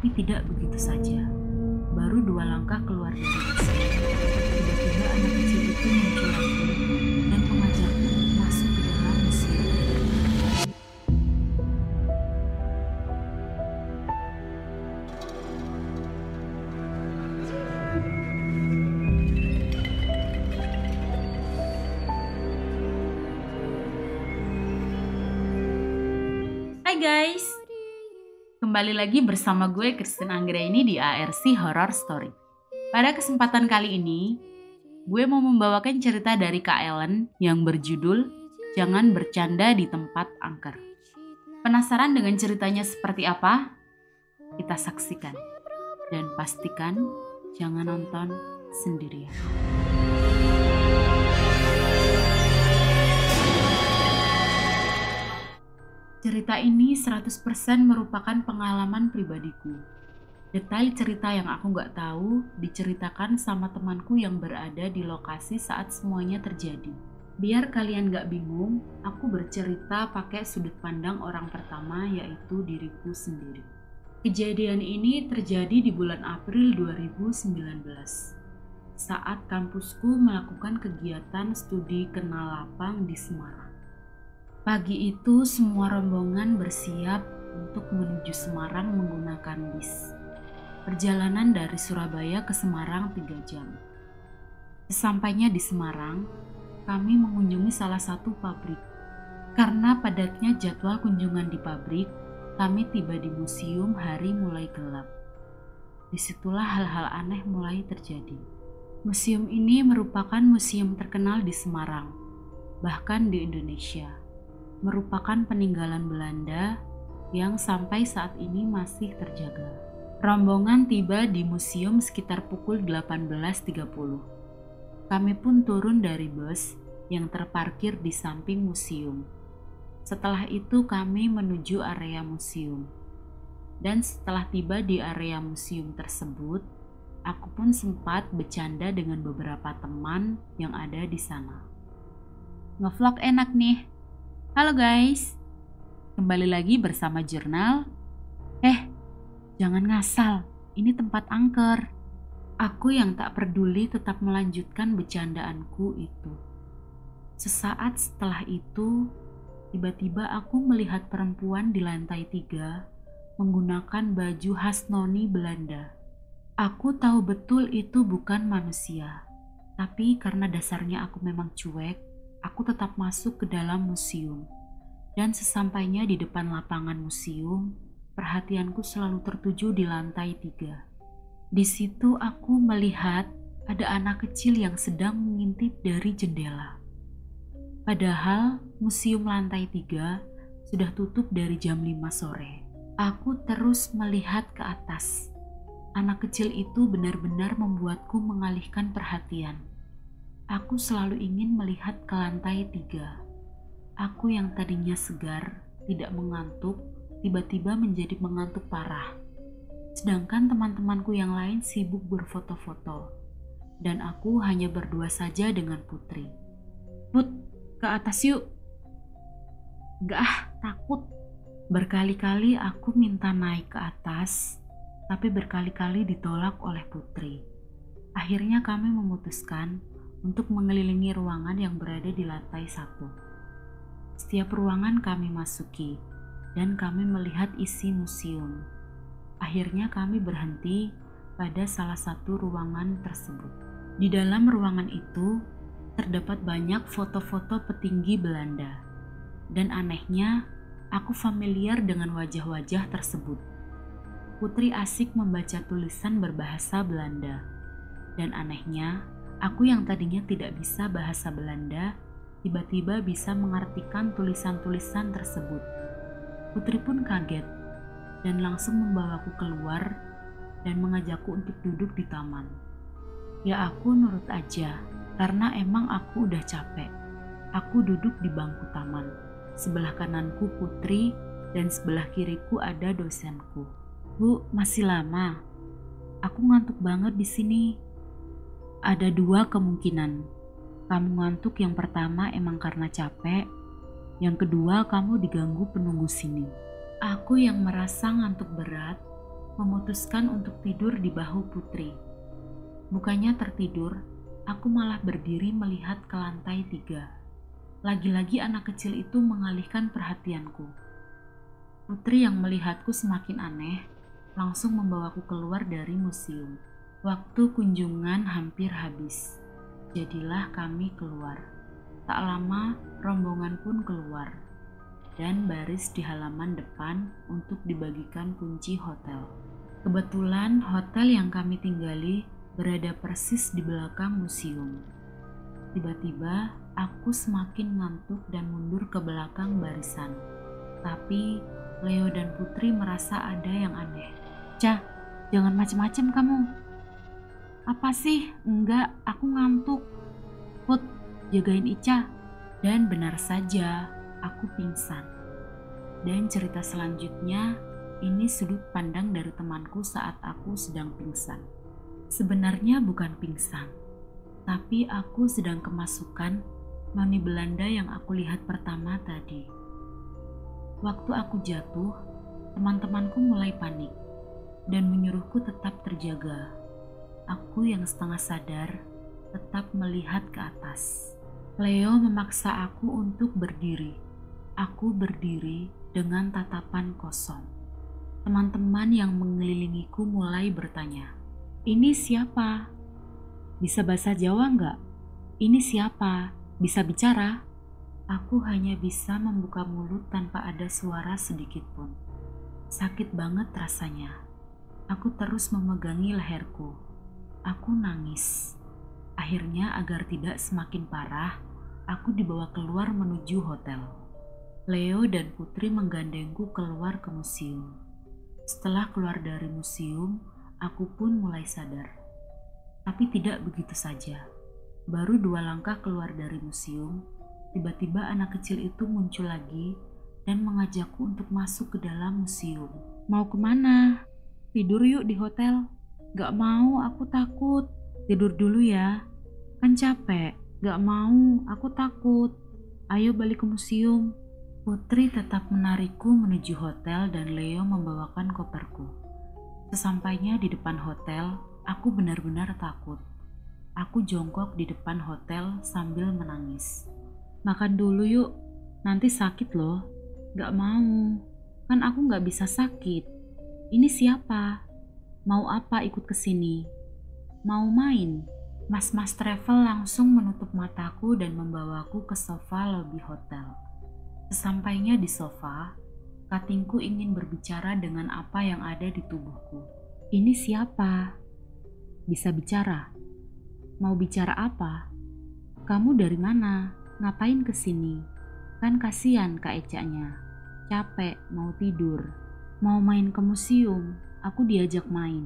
Tapi tidak begitu saja. Baru 2 langkah keluar dari bis, tiba-tiba anak kecil itu muncul lagi dan mengajakku masuk ke dalam museum. Hai guys, kembali lagi bersama gue Christine Anggraini di ARC Horror Story. Pada kesempatan kali ini, gue mau membawakan cerita dari Kak Ellen yang berjudul Jangan Bercanda di Tempat Angker. Penasaran dengan ceritanya seperti apa? Kita saksikan. Dan pastikan jangan nonton sendirian. Cerita ini 100% merupakan pengalaman pribadiku. Detail cerita yang aku nggak tahu diceritakan sama temanku yang berada di lokasi saat semuanya terjadi. Biar kalian nggak bingung, aku bercerita pakai sudut pandang orang pertama, yaitu diriku sendiri. Kejadian ini terjadi di bulan April 2019 saat kampusku melakukan kegiatan studi kenal lapang di Semarang. Pagi itu semua rombongan bersiap untuk menuju Semarang menggunakan bis. Perjalanan dari Surabaya ke Semarang 3 jam. Sesampainya di Semarang, kami mengunjungi salah satu pabrik. Karena padatnya jadwal kunjungan di pabrik, kami tiba di museum hari mulai gelap. Disitulah hal-hal aneh mulai terjadi. Museum ini merupakan museum terkenal di Semarang, bahkan di Indonesia. Merupakan peninggalan Belanda yang sampai saat ini masih terjaga. Rombongan tiba di museum sekitar pukul 18.30. Kami pun turun dari bus yang terparkir di samping museum. Setelah itu kami menuju area museum. Dan setelah tiba di area museum tersebut, aku pun sempat bercanda dengan beberapa teman yang ada di sana. Ngevlog enak nih. Halo guys, kembali lagi bersama Jurnal. Jangan ngasal, ini tempat angker. Aku yang tak peduli tetap melanjutkan bercandaanku itu. Sesaat setelah itu, tiba-tiba aku melihat perempuan di lantai 3 menggunakan baju khas noni Belanda. Aku tahu betul itu bukan manusia, tapi karena dasarnya aku memang cuek, aku tetap masuk ke dalam museum. Dan sesampainya di depan lapangan museum, perhatianku selalu tertuju di lantai 3. Di situ aku melihat ada anak kecil yang sedang mengintip dari jendela. Padahal museum lantai 3 sudah tutup dari jam 5 sore. Aku terus melihat ke atas. Anak kecil itu benar-benar membuatku mengalihkan perhatian. Aku selalu ingin melihat ke lantai 3. Aku yang tadinya segar, tidak mengantuk, tiba-tiba menjadi mengantuk parah. Sedangkan teman-temanku yang lain sibuk berfoto-foto. Dan aku hanya berdua saja dengan Putri. Put, ke atas yuk. Gak takut. Berkali-kali aku minta naik ke atas, tapi berkali-kali ditolak oleh Putri. Akhirnya kami memutuskan untuk mengelilingi ruangan yang berada di lantai 1. Setiap ruangan kami masuki dan kami melihat isi museum. Akhirnya kami berhenti pada salah satu ruangan tersebut. Di dalam ruangan itu terdapat banyak foto-foto petinggi Belanda. Dan anehnya, aku familiar dengan wajah-wajah tersebut. Putri asik membaca tulisan berbahasa Belanda. Dan anehnya, aku yang tadinya tidak bisa bahasa Belanda, tiba-tiba bisa mengartikan tulisan-tulisan tersebut. Putri pun kaget dan langsung membawaku keluar dan mengajakku untuk duduk di taman. Ya aku nurut aja, karena emang aku udah capek. Aku duduk di bangku taman. Sebelah kananku Putri dan sebelah kiriku ada dosenku. Bu, masih lama? Aku ngantuk banget di sini. Ada 2 kemungkinan. Kamu ngantuk yang pertama emang karena capek, yang kedua kamu diganggu penunggu sini. Aku yang merasa ngantuk berat memutuskan untuk tidur di bahu Putri. Bukannya tertidur, aku malah berdiri melihat ke lantai 3. Lagi-lagi anak kecil itu mengalihkan perhatianku. Putri yang melihatku semakin aneh, langsung membawaku keluar dari museum. Waktu kunjungan hampir habis, jadilah kami keluar. Tak lama, rombongan pun keluar dan baris di halaman depan untuk dibagikan kunci hotel. Kebetulan hotel yang kami tinggali berada persis di belakang museum. Tiba-tiba, aku semakin ngantuk dan mundur ke belakang barisan. Tapi, Leo dan Putri merasa ada yang aneh. "Cah, jangan macem-macem kamu." "Apa sih? Enggak, aku ngantuk." "Put, jagain Ica." Dan benar saja, aku pingsan. Dan cerita selanjutnya, ini sudut pandang dari temanku saat aku sedang pingsan. Sebenarnya bukan pingsan, tapi aku sedang kemasukan noni Belanda yang aku lihat pertama tadi. Waktu aku jatuh, teman-temanku mulai panik dan menyuruhku tetap terjaga. Aku yang setengah sadar tetap melihat ke atas. Leo memaksa aku untuk berdiri. Aku berdiri dengan tatapan kosong. Teman-teman yang mengelilingiku mulai bertanya, "Ini siapa? Bisa bahasa Jawa nggak? Ini siapa? Bisa bicara?" Aku hanya bisa membuka mulut tanpa ada suara sedikit pun. Sakit banget rasanya. Aku terus memegangi leherku. Aku nangis. Akhirnya agar tidak semakin parah, aku dibawa keluar menuju hotel. Leo dan Putri menggandengku keluar ke museum. Setelah keluar dari museum, aku pun mulai sadar. Tapi tidak begitu saja. Baru 2 langkah keluar dari museum, tiba-tiba anak kecil itu muncul lagi dan mengajakku untuk masuk ke dalam museum. "Mau kemana? Tidur yuk di hotel." "Gak mau, aku takut." "Tidur dulu ya, kan capek." "Gak mau, aku takut." "Ayo balik ke museum." Putri tetap menarikku menuju hotel dan Leo membawakan koperku. Sesampainya di depan hotel, aku benar-benar takut. Aku jongkok di depan hotel sambil menangis. "Makan dulu yuk, nanti sakit loh." "Gak mau, kan aku gak bisa sakit." "Ini siapa? Mau apa ikut ke sini? Mau main?" Mas-mas travel langsung menutup mataku dan membawaku ke sofa lobi hotel. Sesampainya di sofa, katingku ingin berbicara dengan apa yang ada di tubuhku. "Ini siapa? Bisa bicara? Mau bicara apa? Kamu dari mana? Ngapain kesini? Kan kasihan Kak Eca-nya. Capek, mau tidur. Mau main ke museum, aku diajak main."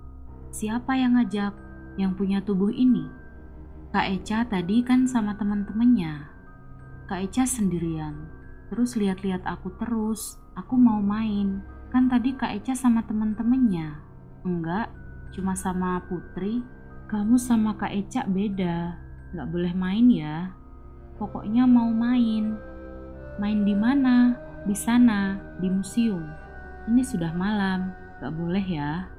"Siapa yang ngajak? Yang punya tubuh ini?" "Kak Eca tadi kan sama teman-temannya." "Kak Eca sendirian. Terus lihat-lihat aku terus. Aku mau main. Kan tadi Kak Eca sama teman-temannya." "Enggak, cuma sama Putri." "Kamu sama Kak Eca beda. Gak boleh main ya." "Pokoknya mau main." "Main di mana?" "Di sana, di museum." "Ini sudah malam, gak boleh ya."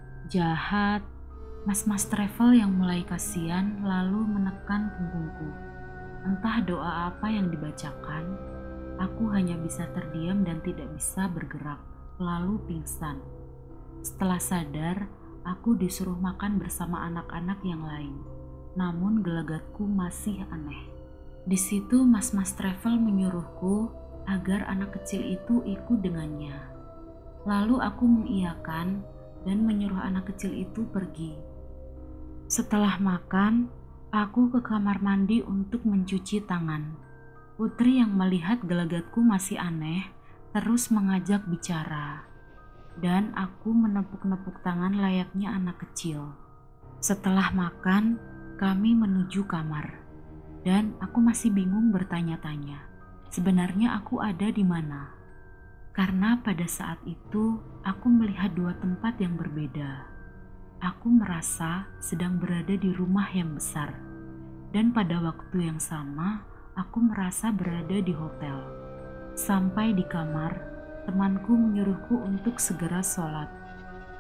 Jahat. Mas-mas travel yang mulai kasihan lalu menekan punggungku. Entah doa apa yang dibacakan, aku hanya bisa terdiam dan tidak bisa bergerak, lalu pingsan. Setelah sadar, aku disuruh makan bersama anak-anak yang lain. Namun gelagatku masih aneh. Di situ mas-mas travel menyuruhku agar anak kecil itu ikut dengannya. Lalu aku mengiyakan dan menyuruh anak kecil itu pergi. Setelah makan, aku ke kamar mandi untuk mencuci tangan. Putri yang melihat gelagatku masih aneh terus mengajak bicara. Dan aku menepuk-nepuk tangan layaknya anak kecil. Setelah makan, kami menuju kamar. Dan aku masih bingung bertanya-tanya, sebenarnya aku ada di mana? Karena pada saat itu, aku melihat 2 tempat yang berbeda. Aku merasa sedang berada di rumah yang besar. Dan pada waktu yang sama, aku merasa berada di hotel. Sampai di kamar, temanku menyuruhku untuk segera sholat.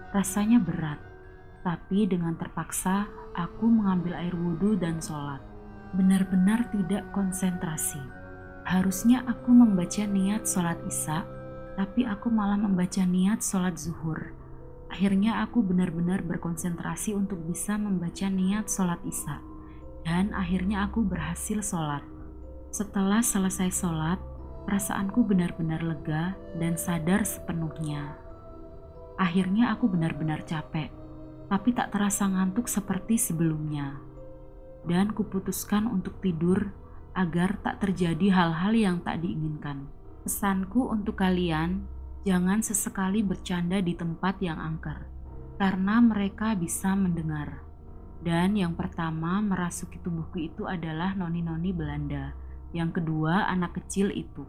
Rasanya berat, tapi dengan terpaksa aku mengambil air wudhu dan sholat. Benar-benar tidak konsentrasi. Harusnya aku membaca niat sholat isya, tapi aku malah membaca niat sholat zuhur. Akhirnya aku benar-benar berkonsentrasi untuk bisa membaca niat sholat isya. Dan akhirnya aku berhasil sholat. Setelah selesai sholat, perasaanku benar-benar lega dan sadar sepenuhnya. Akhirnya aku benar-benar capek, tapi tak terasa ngantuk seperti sebelumnya. Dan kuputuskan untuk tidur agar tak terjadi hal-hal yang tak diinginkan. Pesanku untuk kalian, jangan sesekali bercanda di tempat yang angker, karena mereka bisa mendengar. Dan yang pertama merasuki tubuhku itu adalah noni-noni Belanda. Yang kedua anak kecil itu.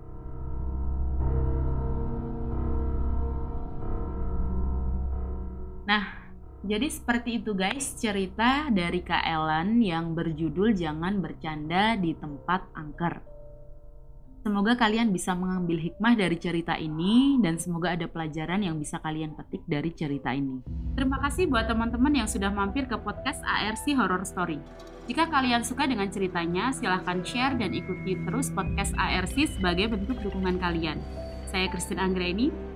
Nah, jadi seperti itu guys cerita dari Kak Ellen yang berjudul Jangan Bercanda di Tempat Angker. Semoga kalian bisa mengambil hikmah dari cerita ini dan semoga ada pelajaran yang bisa kalian petik dari cerita ini. Terima kasih buat teman-teman yang sudah mampir ke podcast ARC Horror Story. Jika kalian suka dengan ceritanya, silahkan share dan ikuti terus podcast ARC sebagai bentuk dukungan kalian. Saya Christine Anggreni.